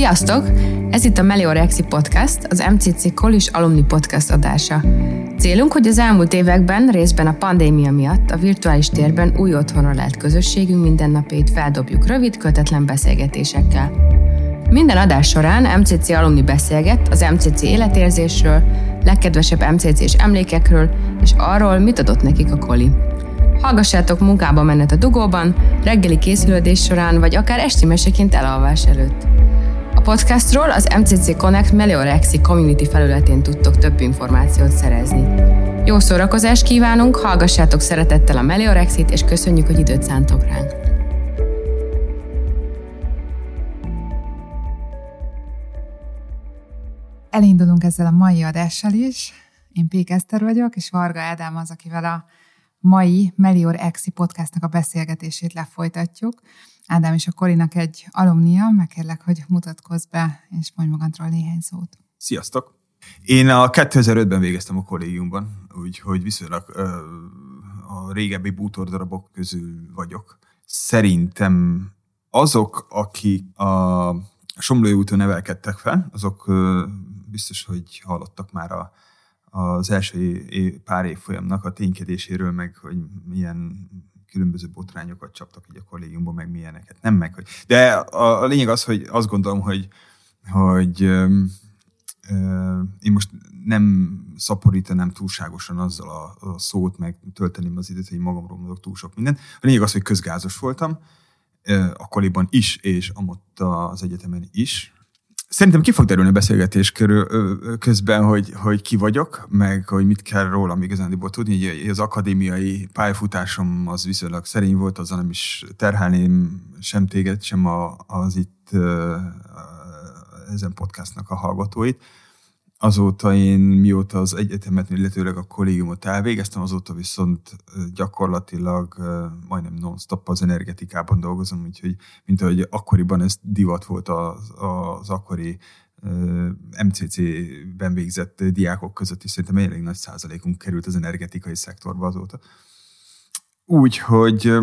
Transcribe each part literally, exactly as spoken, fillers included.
Sziasztok! Ez itt a Melior Exi Podcast, az em cé cé College Alumni Podcast adása. Célunk, hogy az elmúlt években, részben a pandémia miatt a virtuális térben új otthonra lelt közösségünk mindennapjait feldobjuk rövid, kötetlen beszélgetésekkel. Minden adás során em cé cé Alumni beszélget az em cé cé életérzésről, legkedvesebb em cé cés emlékekről, és arról, mit adott nekik a Koli. Hallgassátok munkába menet a dugóban, reggeli készülődés során, vagy akár esti meseként elalvás előtt. A podcastról az em cé cé Connect Melior Exi community felületén tudtok több információt szerezni. Jó szórakozást kívánunk, hallgassátok szeretettel a Melior Exit, és köszönjük, hogy időt szántok ránk. Elindulunk ezzel a mai adással is. Én Pék Eszter vagyok, és Varga Ádám az, akivel a mai Melior Exi podcastnak a beszélgetését lefolytatjuk. Ádám és a Kolinak egy alumnia, megkérlek, hogy mutatkozz be, és mondj magadról néhány szót. Sziasztok! Én a kétezer-ötben végeztem a kollégiumban, úgyhogy viszonylag uh, a régebbi bútordarabok közül vagyok. Szerintem azok, akik a Somlói úton nevelkedtek fel, azok uh, biztos, hogy hallottak már a az első év, pár évfolyamnak a ténykedéséről, meg hogy milyen különböző botrányokat csaptak így a kollégiumban, meg milyeneket. Nem meg, hogy... De a, a lényeg az, hogy azt gondolom, hogy, hogy ö, ö, én most nem szaporítanám túlságosan azzal a, a szót, meg tölteném az időt, hogy magamról mondok túl sok mindent. A lényeg az, hogy közgázos voltam, a koliban is, és amott az egyetemen is. Szerintem ki fog derülni a beszélgetés körül, közben, hogy, hogy ki vagyok, meg hogy mit kell rólam igazándiból tudni. Az akadémiai pályafutásom az viszonylag szerény volt, azzal nem is terhelném sem téged, sem a, az itt ezen podcastnak a hallgatóit. Azóta én mióta az egyetemet, illetőleg a kollégiumot elvégeztem, azóta viszont gyakorlatilag majdnem non-stop az energetikában dolgozom, úgyhogy mint ahogy akkoriban ez divat volt az, az akkori em cé cé-ben végzett diákok között, és szerintem elég nagy százalékunk került az energetikai szektorba azóta. Úgyhogy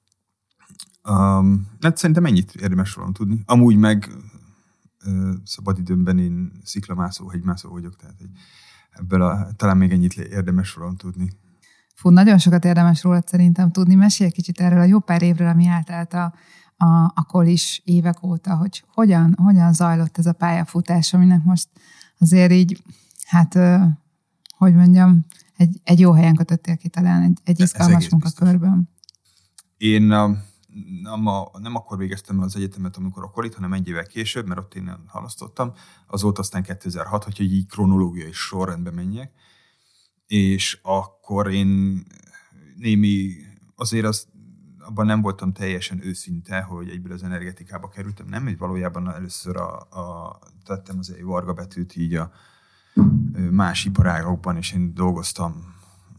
um, hát szerintem ennyit érdemes rólam tudni. Amúgy meg szabadidőmben én sziklamászó, hegymászó vagyok, tehát ebből a, talán még ennyit érdemes rólam tudni. Fú, nagyon sokat érdemes rólad szerintem tudni. Mesélj kicsit erről a jó pár évről, ami eltelt a, a, a kolis évek óta, hogy hogyan, hogyan zajlott ez a pályafutás, aminek most azért így, hát, hogy mondjam, egy, egy jó helyen kötöttél ki talán, egy, egy izgalmas munkakörben. Én a Nem, a, nem akkor végeztem el az egyetemet, amikor a kolit, hanem egy évvel később, mert ott én halasztottam. Azóta aztán kétezer-hat, hogy így kronológiai sorrendben menjek. És akkor én némi, azért az, abban nem voltam teljesen őszinte, hogy egyből az energetikába kerültem. Nem, hogy valójában először a, a, tettem az egy varga betűt így a más iparágokban, és én dolgoztam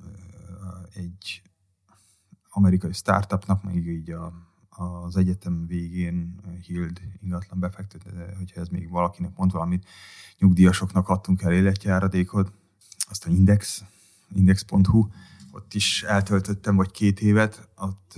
egy amerikai startupnak, meg így a, az egyetem végén Hild ingatlan befektető, hogyha ez még valakinek mond valamit, nyugdíjasoknak adtunk el életjáradékot, aztán Index, index pont hu, ott is eltöltöttem vagy két évet, ott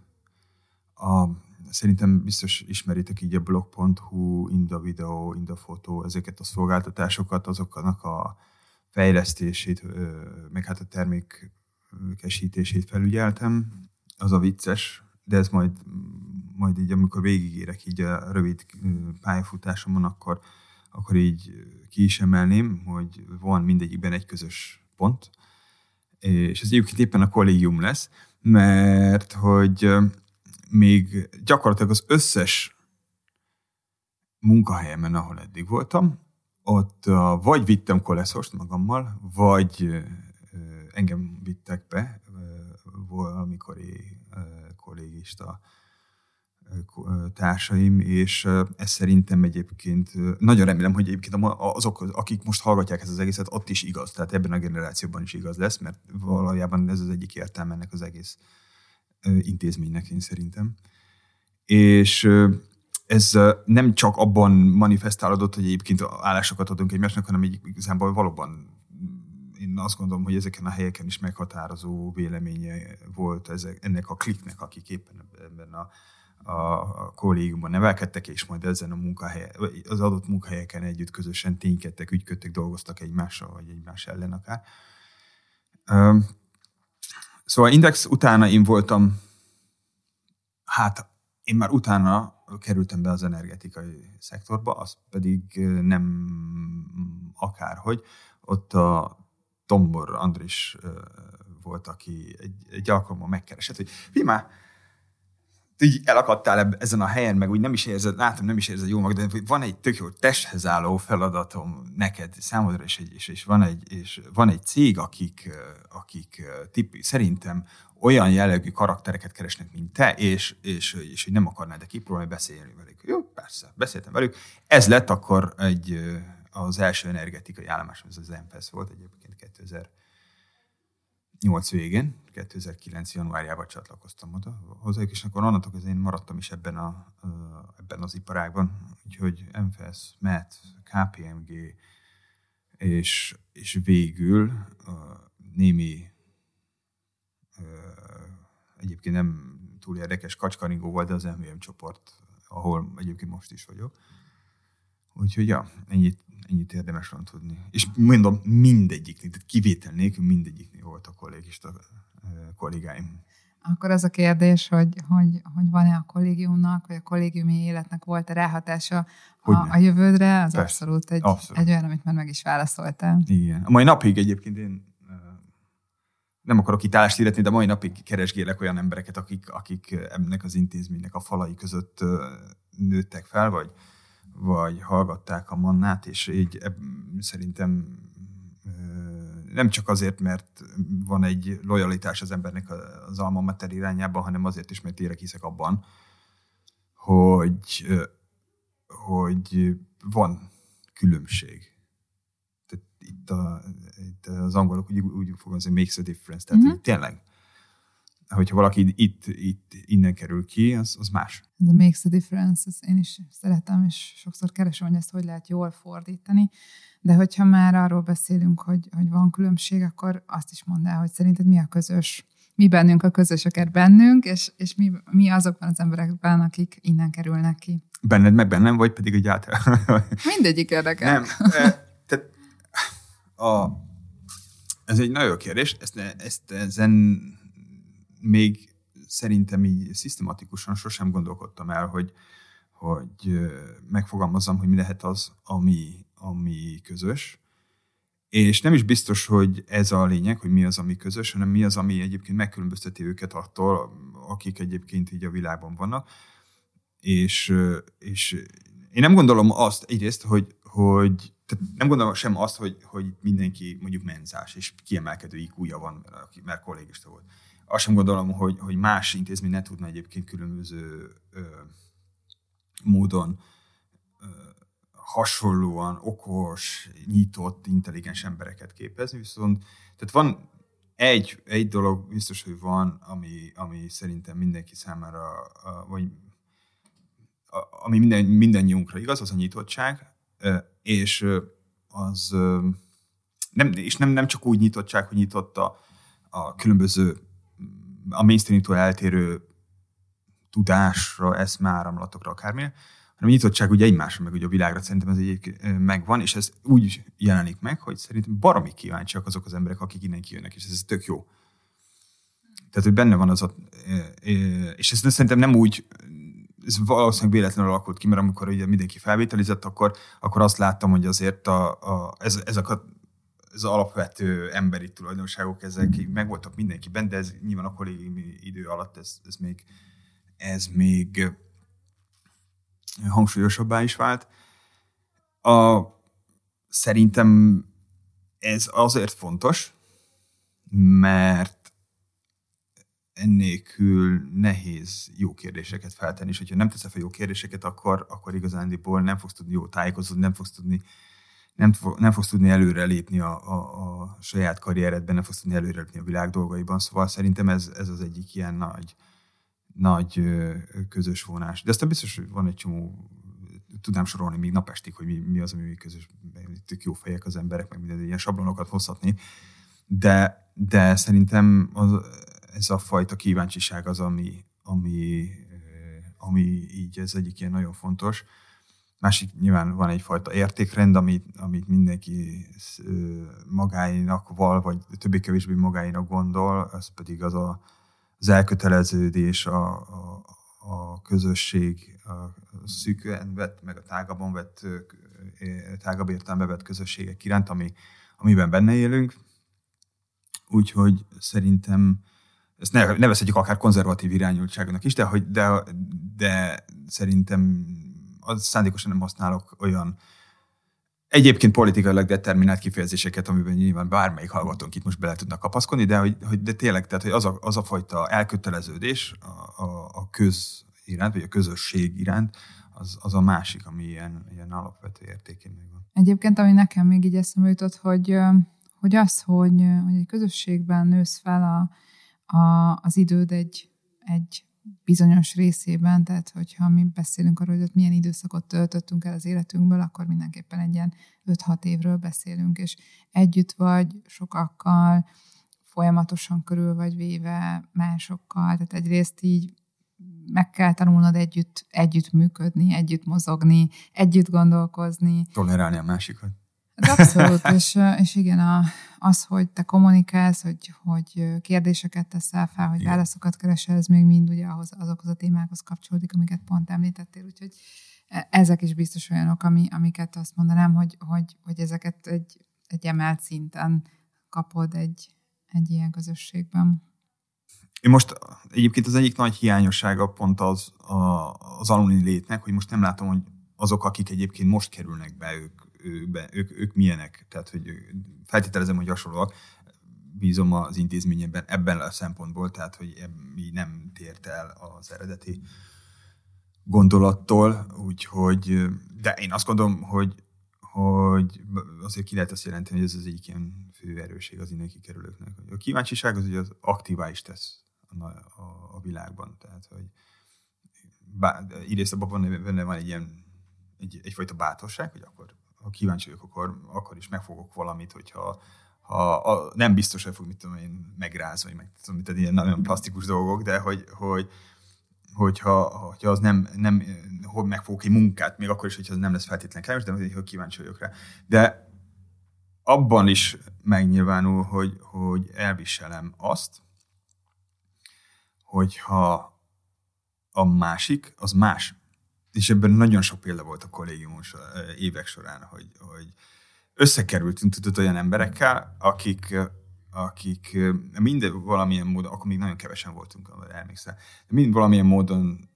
a, szerintem biztos ismeritek így a blog pont hu, Indavideo, Indafotó, ezeket a szolgáltatásokat, azoknak a fejlesztését, meg hát a termékesítését felügyeltem. Az a vicces, de ez majd, majd így, amikor végigérek így a rövid pályafutásomon, akkor, akkor így ki is emelném, hogy van mindegyikben egy közös pont, és ez egyébként éppen a kollégium lesz, mert hogy még gyakorlatilag az összes munkahelyemen, ahol eddig voltam, ott vagy vittem koleszorst magammal, vagy engem vittek be valamikori kollégista társaim, és ez szerintem egyébként, nagyon remélem, hogy egyébként azok, akik most hallgatják ezt az egészet, ott is igaz, tehát ebben a generációban is igaz lesz, mert valójában ez az egyik értelme ennek az egész intézménynek, én szerintem. És ez nem csak abban manifestálódott, hogy egyébként állásokat adunk egymásnak, hanem igazából valóban én azt gondolom, hogy ezeken a helyeken is meghatározó véleménye volt ezek, ennek a kliknek, akik éppen ebben a, a kollégiumban nevelkedtek, és majd ezen a munkahelyen, az adott munkahelyeken együtt közösen ténykedtek, ügyködtek, dolgoztak egymással, vagy egymás ellen akár. Szóval Index utána én voltam, hát én már utána kerültem be az energetikai szektorba, az pedig nem akárhogy. Ott a Tombor Andris volt, aki egy, egy alkalommal megkeresett, hogy Fimá, így elakadtál eb- ezen a helyen, meg úgy nem is érzed, látom, nem is érzed jól magad, de van egy tök jó testhez álló feladatom neked, számodra, és, egy, és, és, van, egy, és van egy cég, akik, akik tipp, szerintem olyan jellegű karaktereket keresnek, mint te, és, és, és hogy nem akarnád de kipróbálni, beszélni velük. Jó, persze, beszéltem velük. Ez lett akkor egy, az első energetikai állomásom, ez az em pé e es volt egyébként kétezer-nyolc végén, kétezer-kilenc januárjában csatlakoztam oda hozzájuk, és akkor onnantól kezdve én maradtam is ebben, a, ebben az iparágban, úgyhogy em pé e es, em e té, ká pé em gé, és, és végül némi egyébként nem túl érdekes kacskaringó volt, de az em vé em csoport, ahol egyébként most is vagyok. Úgyhogy ja, ennyit, ennyit érdemes van tudni. És mondom, mindegyiknél, tehát kivétel nélkül mindegyiknél volt a kollégista kollégáim. Akkor az a kérdés, hogy, hogy, hogy van-e a kollégiumnak, vagy a kollégiumi életnek volt-e ráhatása a, a jövődre, az Persze. abszolút, egy, abszolút egy olyan, amit már meg is válaszoltál. Igen. A mai napig egyébként én nem akarok itt állást illetni, de mai napig keresgélek olyan embereket, akik, akik ennek az intézménynek a falai között nőttek fel, vagy, vagy hallgatták a mannát, és így eb, szerintem nem csak azért, mert van egy lojalitás az embernek az alma mater irányában, hanem azért is, mert tényleg hiszek abban, hogy, hogy van különbség. Tehát itt, a, itt az angolok úgy, úgy fogalmaznak, hogy makes a difference. Tehát mm-hmm. tényleg, hogyha valaki itt, itt innen kerül ki, az, az más. Ez a makes a difference, ezt én is szeretem, és sokszor keresem, hogy ezt hogy lehet jól fordítani. De hogyha már arról beszélünk, hogy, hogy van különbség, akkor azt is mondd el, hogy szerinted mi a közös, mi bennünk a közösöket bennünk, és, és mi, mi azokban az emberekben, akik innen kerülnek ki. Benned meg bennem, vagy pedig egy általában? Mindegyik érdekel. Nem. Tehát a, ez egy nagyon jó kérdés. Ezt, ezt, ezen még szerintem így szisztematikusan sosem gondolkodtam el, hogy, hogy megfogalmazzam, hogy mi lehet az, ami, ami közös. És nem is biztos, hogy ez a lényeg, hogy mi az, ami közös, hanem mi az, ami egyébként megkülönbözteti őket attól, akik egyébként így a világban vannak. És, és én nem gondolom azt egyrészt, hogy, hogy tehát nem gondolom sem azt, hogy, hogy mindenki mondjuk menzás, és kiemelkedő í kúja van, mert kollégista volt. Azt sem gondolom, hogy, hogy más intézmény ne tudna egyébként különböző ö, módon ö, hasonlóan okos, nyitott, intelligens embereket képezni, viszont tehát van egy, egy dolog biztos, hogy van, ami, ami szerintem mindenki számára, vagy ami minden, mindannyiunkra igaz, az a nyitottság, és az nem, és nem, nem csak úgy nyitottság, hogy nyitott a, a különböző, a mainstreamtól eltérő tudásra, eszmeáramlatokra, akármilyen, hanem nyitottság ugye egymásra, meg ugye a világra szerintem ez egy megvan, és ez úgy jelenik meg, hogy szerintem baromi kíváncsiak azok az emberek, akik innen kijönnek, és ez tök jó. Tehát, hogy benne van az a... És ez szerintem nem úgy... Ez valószínűleg véletlenül alakult ki, mert amikor ugye mindenki felvételizett, akkor, akkor azt láttam, hogy azért a, a, ez, ezek a, ez az alapvető emberi tulajdonságok, ezek megvoltak mindenkiben, de ez nyilván a kollégiumi idő alatt ez, ez még, ez még hangsúlyosabbá is vált. A, szerintem ez azért fontos, mert ennélkül nehéz jó kérdéseket feltenni, és hogyha nem teszel fel jó kérdéseket, akkor, akkor igazándiból nem fogsz tudni jó tájékozódni, nem fogsz tudni, nem, nem fogsz tudni előrelépni a, a, a saját karrieredben, nem fogsz tudni előrelépni a világ dolgaiban, szóval szerintem ez, ez az egyik ilyen nagy, nagy közös vonás. De aztán biztos, hogy van egy csomó, tudnám sorolni még napestig, hogy mi, mi az, ami közös, tök jó fejek az emberek, meg minden ilyen sablonokat hozhatni, de, de szerintem az, ez a fajta kíváncsiság az, ami, ami, ami így ez egyik ilyen nagyon fontos. Másik nyilván van egyfajta értékrend, amit, amit mindenki magáinak val, vagy többé-kevésbé magáinak gondol, ez pedig az a, az elköteleződés, a, a, a közösség, a szűkön vett, meg a tágabban vett, tágabb értelembe vett közösségek iránt, ami, amiben benne élünk. Úgyhogy szerintem ezt nevezhetjük akár konzervatív irányultságnak is, de, hogy, de, de szerintem az szándékosan nem használok olyan egyébként politikailag determinált kifejezéseket, amiben nyilván bármelyik hallgatónk itt most bele tudnak kapaszkodni, de, hogy, hogy de tényleg, tehát, hogy az a, az a fajta elköteleződés a, a, a köz iránt, vagy a közösség iránt, az, az a másik, ami ilyen, ilyen alapvető értékén meg van. Egyébként, ami nekem még így eszembe jutott, hogy, hogy az, hogy, hogy egy közösségben nősz fel a, a, az időd egy, egy bizonyos részében, tehát hogyha mi beszélünk arról, hogy ott milyen időszakot töltöttünk el az életünkből, akkor mindenképpen egy ilyen öt-hat évről beszélünk, és együtt vagy sokakkal, folyamatosan körül vagy véve másokkal, tehát egyrészt így meg kell tanulnod együtt, együtt működni, együtt mozogni, együtt gondolkozni. Tolerálni a másikat. Ez abszolút, és, és igen, a, az, hogy te kommunikálsz, hogy, hogy kérdéseket teszel fel, hogy igen. válaszokat keresel, ez még mind ugye ahhoz, azokhoz a témákhoz kapcsolódik, amiket pont említettél, úgyhogy ezek is biztos olyanok, ami, amiket azt mondanám, hogy, hogy, hogy ezeket egy, egy emelt szinten kapod egy, egy ilyen közösségben. Én most egyébként az egyik nagy hiányossága pont az, a, az alumni létnek, hogy most nem látom, hogy azok, akik egyébként most kerülnek be, ők, ők, ők, ők milyenek. Tehát, hogy feltételezem, hogy hasonlóak, bízom az intézményben ebben a szempontból, tehát, hogy így nem tért el az eredeti gondolattól, úgyhogy, de én azt gondolom, hogy, hogy azért ki lehet azt jelenteni, hogy ez az egyik ilyen fő erősség az innen kikerülőknek. A kíváncsiság az ugye az aktívá is tesz a, a, a világban, tehát, hogy egyrészt abban benne van egy ilyen egy, egyfajta bátorság, hogy akkor, ha kíváncsi vagyok, akkor, akkor is megfogok valamit, hogyha ha, a, nem biztos, hogy fog, mit tudom én, megrázni, vagy meg tudom, tehát ilyen nagyon plastikus dolgok, de hogy, hogy hogyha, hogyha az nem, nem hogy megfogok egy munkát, még akkor is, hogyha az nem lesz feltétlenül kellemes, de hogy kíváncsi vagyok rá. De abban is megnyilvánul, hogy, hogy elviselem azt, hogyha a másik, az más. És ebben nagyon sok példa volt a kollégiumos évek során, hogy, hogy összekerültünk tudod olyan emberekkel, akik, akik minden valamilyen módon, akkor még nagyon kevesen voltunk, elmékszel, de mind valamilyen módon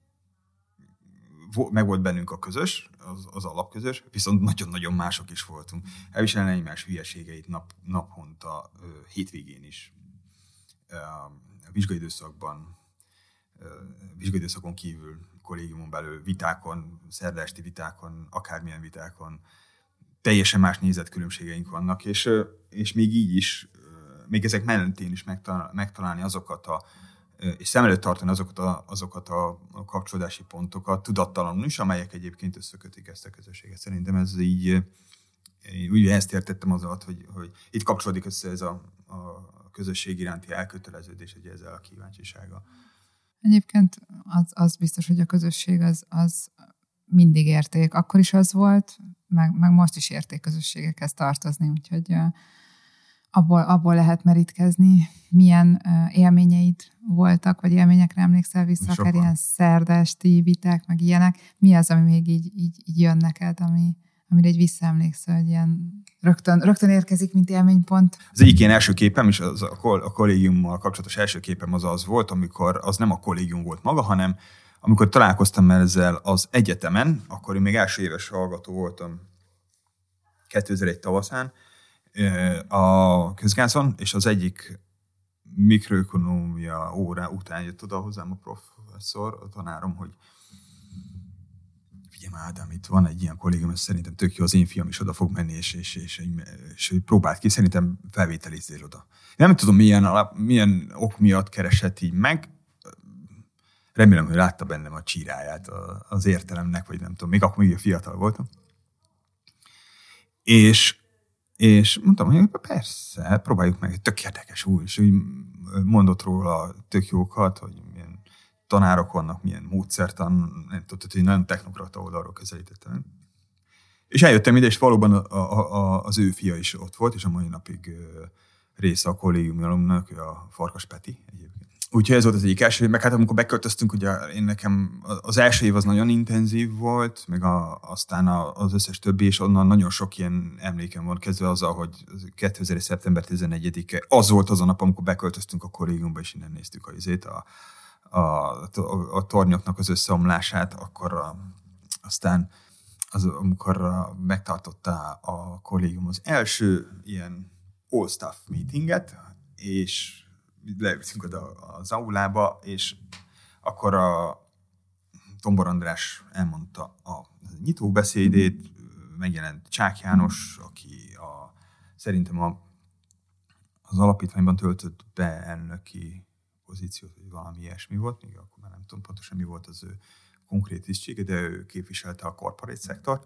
meg volt bennünk a közös, az, az alapközös, viszont nagyon-nagyon mások is voltunk. Elviselni egymás hülyeségeit nap, naponta, hétvégén is, a vizsgaidőszakban, vizsgaidőszakon kívül, kollégiumon belül, vitákon, szerda esti vitákon, akármilyen vitákon, teljesen más nézetkülönbségeink vannak, és, és még így is, még ezek mentén is megtalálni azokat a, és szem előtt tartani azokat a, azokat a kapcsolódási pontokat, tudattalanul is, amelyek egyébként összekötik ezt a közösséget. Szerintem ez így, ugye ezt értettem az alatt, hogy, hogy itt kapcsolódik össze ez a, a közösség iránti elköteleződés, ugye ezzel a kíváncsisága. Egyébként az, az biztos, hogy a közösség az, az mindig érték. Akkor is az volt, meg, meg most is értékközösségekhez tartozni, úgyhogy abból, abból lehet merítkezni. Milyen élményeid voltak, vagy élményekre emlékszel vissza, akár ilyen szerdesti viták, meg ilyenek. Mi az, ami még így, így, így jön neked, ami, amire egy visszaemlékszel, hogy ilyen rögtön, rögtön érkezik, mint élménypont? Az egyik ilyen első képem, és az a, kol- a kollégiummal kapcsolatos első képem az az volt, amikor az nem a kollégium volt maga, hanem amikor találkoztam ezzel az egyetemen, akkor én még első éves hallgató voltam kétezer-egy tavaszán a közgázon, és az egyik mikroökonómia órá után jött oda hozzám a professzor, a tanárom, hogy figyelj már, Ádám, itt van egy ilyen kollégium, és szerintem tök jó, az én fiam is oda fog menni, és, és, és, és, és próbált ki, szerintem felvételizél oda. Nem tudom, milyen, alap, milyen ok miatt keresett így meg, remélem, hogy látta bennem a csíráját az értelemnek, vagy nem tudom, még akkor még fiatal voltam. És, és mondtam, hogy persze, próbáljuk meg, tök érdekes új, és úgy mondott róla tök jókat, hogy milyen tanárok vannak, milyen módszertan, nem tudom, hogy nagyon technokrata oldalról közelítettem. És eljöttem ide, és valóban a, a, a, az ő fia is ott volt, és a mai napig része a kollégiumi alumnak, a Farkas Peti egyébként. Úgyhogy ez volt az egyik első, meg hát amikor beköltöztünk, ugye én nekem az első év az nagyon intenzív volt, meg a, aztán a, az összes többi, és onnan nagyon sok ilyen emlékem van, kezdve azzal, hogy kétezer szeptember tizenegyedike, az volt az a nap, amikor beköltöztünk a kollégiumba, és innen néztük a izét, a, a, a, a tornyoknak az összeomlását, akkor a, aztán az, amikor a, megtartotta a kollégium az első ilyen all-staff meetinget, és leültünk oda az aulába, és akkor a Tombor András elmondta a nyitóbeszédét, megjelent Csák János, aki a, szerintem a, az alapítványban töltött be elnöki pozíciót, vagy valami ilyesmi volt, még akkor már nem tudom pontosan mi volt az ő konkrét tisztsége, de ő képviselte a corporate szektort.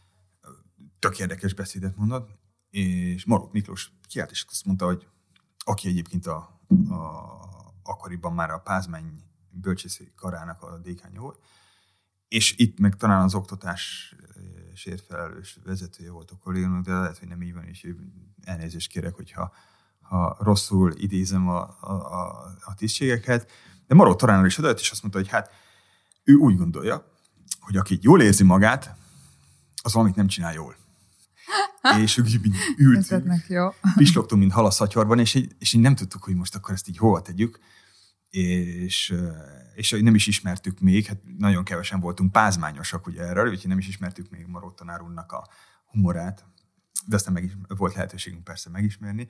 Tök érdekes beszédet mondott, és Marót Miklós kiállt, és azt mondta, hogy aki egyébként a, a, akkoriban már a Pázmány bölcsészi karának a dékánya volt, és itt meg talán az oktatásért felelős vezetője volt a kollégiumnak, de lehet, hogy nem így van, és elnézést kérek, hogyha ha rosszul idézem a, a, a, a tisztségeket. De Maró Toránról is odajött, és azt mondta, hogy hát ő úgy gondolja, hogy aki jól érzi magát, az valamit nem csinál jól. És ők így ültünk, pislogtunk, mint hal a szatyorban, és így, és így nem tudtuk, hogy most akkor ezt így hova tegyük, és, és nem is ismertük még, hát nagyon kevesen voltunk pázmányosak ugye erről, úgyhogy nem is ismertük még Maró tanár úrnak a humorát, de aztán meg is, volt lehetőségünk persze megismerni,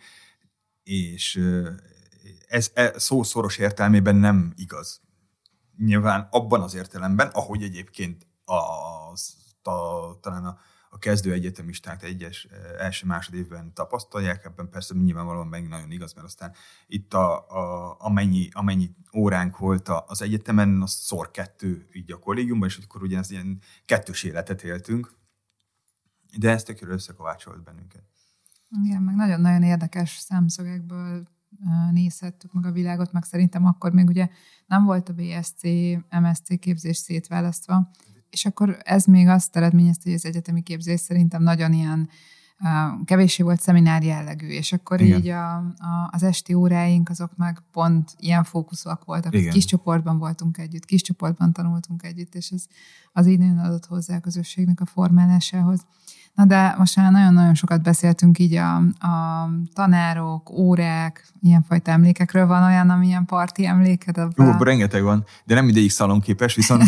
és ez, ez szó szoros értelmében nem igaz. Nyilván abban az értelemben, ahogy egyébként az, a, talán a a kezdő egyetemisták egyes első másodévben tapasztalják, ebben persze nyilvánvalóan meg nagyon igaz, mert aztán itt a, a, amennyi, amennyi óránk volt az egyetemen, az szor kettő így a kollégiumban, és akkor ugye ez ilyen kettős életet éltünk, de ez tökéletesen összekovácsolt bennünket. Igen, meg nagyon-nagyon érdekes szemszögekből nézhettük meg a világot, meg szerintem akkor még ugye nem volt a bé es cé, em es cé képzés szétválasztva, és akkor ez még azt eredményezte, hogy az egyetemi képzés szerintem nagyon ilyen uh, kevéssé volt szeminár jellegű, és akkor igen. Így a, a, az esti óráink azok meg pont ilyen fókuszúak voltak. Kis csoportban voltunk együtt, kis csoportban tanultunk együtt, és ez az így nagyon adott hozzá a közösségnek a formálásához. Na de most már nagyon-nagyon sokat beszéltünk így a, a tanárok, órák, ilyenfajta emlékekről. Van olyan, amilyen parti emléked? Jó, a... rengeteg van, de nem mindegyik szalonképes, viszont...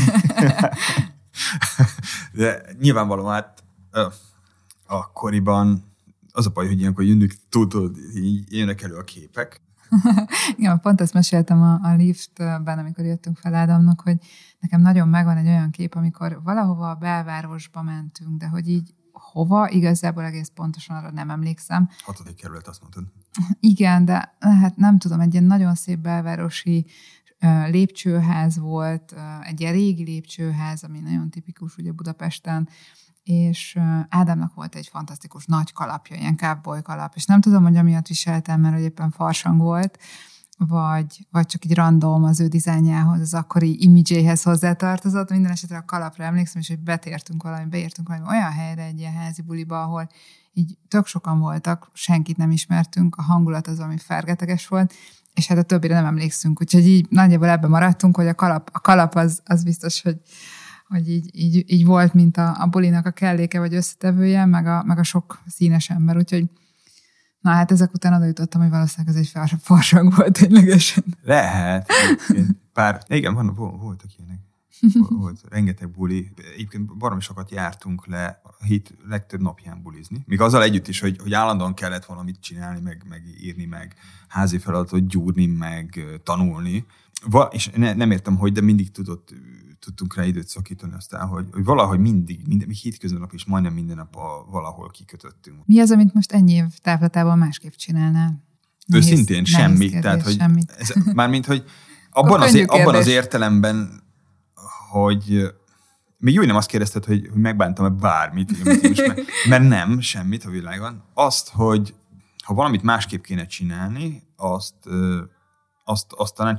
De nyilvánvalóan hát akkoriban az a baj, hogy ilyenkor jönnek, tudod, így jönnek elő a képek. Igen, pont ezt meséltem a, a liftben, amikor jöttünk fel Ádámnak, hogy nekem nagyon megvan egy olyan kép, amikor valahova a belvárosba mentünk, de hogy így hova, igazából egész pontosan arra nem emlékszem. Hatodik kerület, azt mondtad. Igen, de hát nem tudom, egy ilyen nagyon szép belvárosi lépcsőház volt, egy ilyen régi lépcsőház, ami nagyon tipikus ugye Budapesten, és Ádámnak volt egy fantasztikus nagy kalapja, ilyen cowboy kalap, és nem tudom, hogy amiatt viseltem, mert hogy éppen farsang volt, vagy, vagy csak így random az ő dizájnjához, az akkori imidzséhez hozzátartozott. Minden esetre a kalapra emlékszem, és hogy betértünk valami, beértünk valami olyan helyre, egy ilyen házi buliba, ahol így tök sokan voltak, senkit nem ismertünk, a hangulat az, ami fergeteges volt, és hát a többire nem emlékszünk, úgyhogy így nagyjából ebben maradtunk, hogy a kalap, a kalap az, az biztos, hogy, hogy így, így, így volt, mint a, a bulinak a kelléke vagy összetevője, meg a, meg a sok színes ember, úgyhogy na hát ezek után oda jutottam, hogy valószínűleg ez egy farsang volt ténylegesen. Lehet. Pár, igen, van, voltak ilyenek. Volt rengeteg buli. Egyébként baromi sokat jártunk le a hét legtöbb napján bulizni. Még azzal együtt is, hogy, hogy állandóan kellett valamit csinálni, meg, meg írni, meg házi feladatot gyúrni, meg tanulni. Va, és ne, nem értem, hogy, de mindig tudott, tudtunk rá időt szakítani aztán, hogy, hogy valahogy mindig, minden, még hétköznap is majdnem minden nap a, valahol kikötöttünk. Mi az, amit most ennyi év távlatában másképp csinálnál? Nehéz, Őszintén semmit. Kérdés, tehát, hogy semmit. Ez, mármint, hogy abban az, abban az értelemben, hogy még jó, nem azt kérdezted, hogy, hogy megbántam-e bármit, mert, mert nem, semmit a világon. Azt, hogy ha valamit másképp kéne csinálni, azt, azt, azt talán csak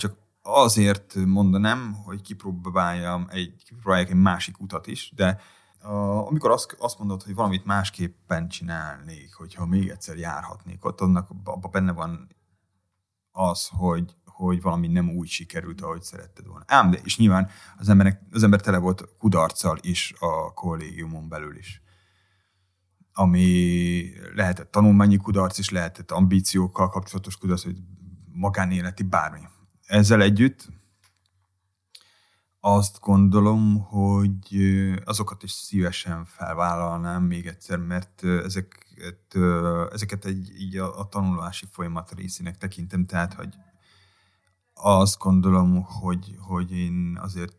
azért mondanám, hogy kipróbáljam egy, kipróbáljak egy másik utat is, de uh, amikor azt, azt mondod, hogy valamit másképpen csinálnék, hogyha még egyszer járhatnék, ott annak abban benne van az, hogy, hogy valami nem úgy sikerült, ahogy szeretted volna. Ám, de és nyilván az, embernek, az ember tele volt kudarccal is a kollégiumon belül is. Ami lehetett tanulmányi kudarc is, lehetett ambíciókkal kapcsolatos kudarc, hogy magánéleti bármi. Ezzel együtt azt gondolom, hogy azokat is szívesen felvállalnám még egyszer, mert ezeket, ezeket egy, így a, a tanulási folyamat részének tekintem, tehát hogy azt gondolom, hogy, hogy én azért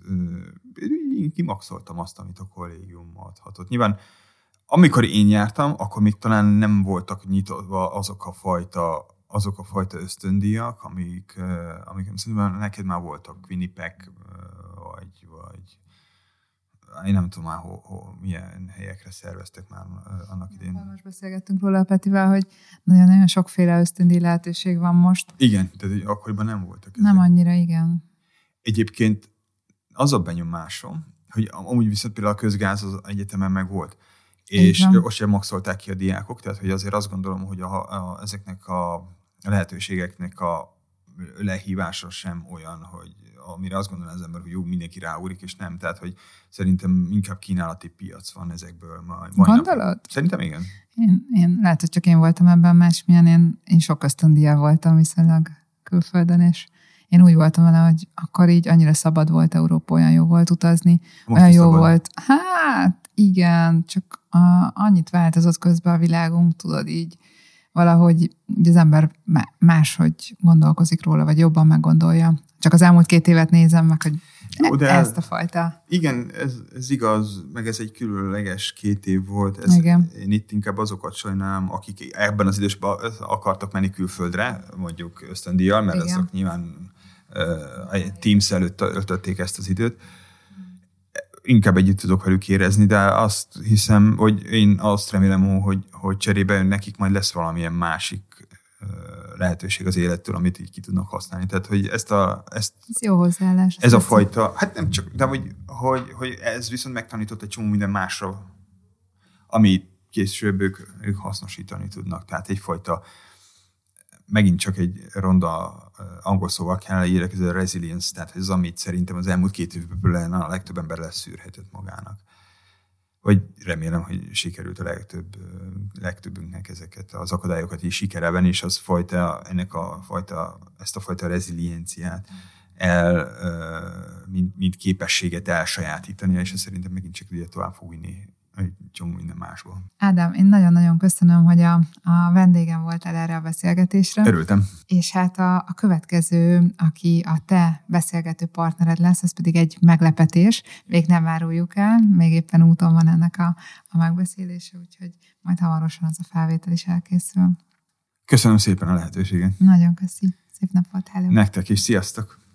én kimaxoltam azt, amit a kollégium adhatott. Nyilván amikor én jártam, akkor még talán nem voltak nyitva azok a fajta azok a fajta ösztöndíjak, amik, amik szerintem neked már voltak, Winnipeg, vagy, vagy én nem tudom már, ho, ho, milyen helyekre szerveztek már annak idején. Most beszélgettünk róla a Petivel, hogy nagyon-nagyon sokféle ösztöndíj lehetőség van most. Igen, tehát akkoriban nem voltak ezek. Nem annyira, igen. Egyébként az a benyomásom, hogy amúgy viszont például a közgáz az egyetemen meg volt, és ott sem maxolták ki a diákok, tehát hogy azért azt gondolom, hogy a, a, ezeknek a lehetőségeknek a lehívása sem olyan, hogy amire azt gondolja az ember, hogy jó, mindenki ráúrik, és nem. Tehát, hogy szerintem inkább kínálati piac van ezekből. Majd, Gondolod? Szerintem igen. Én, én, lehet, hogy csak én voltam ebben másmilyen, én, én sok ösztöndíjjal voltam viszonylag külföldön, és én úgy voltam vele, hogy akkor így annyira szabad volt Európa, olyan jó volt utazni, most olyan jó szabad volt. Hát igen, csak a, annyit változott közben a világunk, tudod így, valahogy az ember máshogy gondolkozik róla, vagy jobban meggondolja. Csak az elmúlt két évet nézem meg, hogy Jó, de ezt a fajta. Igen, ez, ez igaz, meg ez egy különleges két év volt. Ez, igen. Én itt inkább azokat sajnálom, akik ebben az idősben akartak menni külföldre, mondjuk ösztöndíjjal, mert igen. azok nyilván uh, Teams előtt öltötték ezt az időt. Inkább együtt tudok velük érezni, de azt hiszem, hogy én azt remélem, hogy, hogy cserébe nekik majd lesz valamilyen másik lehetőség az élettől, amit így ki tudnak használni. Tehát, hogy ezt a... Ezt, ez jó hozzáállás. Ez a fajta, hát nem csak, de hogy, hogy, hogy ez viszont megtanított egy csomó minden másra, amit később ők, ők hasznosítani tudnak. Tehát egyfajta, megint csak egy ronda angol szóval kell leírek, ez a resilience, tehát ez amit szerintem az elmúlt két évben a legtöbb ember leszűrhetett magának. Hogy remélem, hogy sikerült a legtöbb, legtöbbünknek ezeket az akadályokat is sikerrel venni, és az fajta, ennek a fajta, ezt a fajta rezilienciát el, mint, mint képességet elsajátítani, és ez szerintem megint csak ugye tovább fog vinni egy csomó minden másból. Ádám, én nagyon-nagyon köszönöm, hogy a, a vendégem voltál erre a beszélgetésre. Örültem. És hát a, a következő, aki a te beszélgető partnered lesz, ez pedig egy meglepetés. Még nem áruljuk el, még éppen úton van ennek a, a megbeszélése, úgyhogy majd hamarosan az a felvétel is elkészül. Köszönöm szépen a lehetőséget. Nagyon köszi. Szép napot, hello. Nektek is, sziasztok!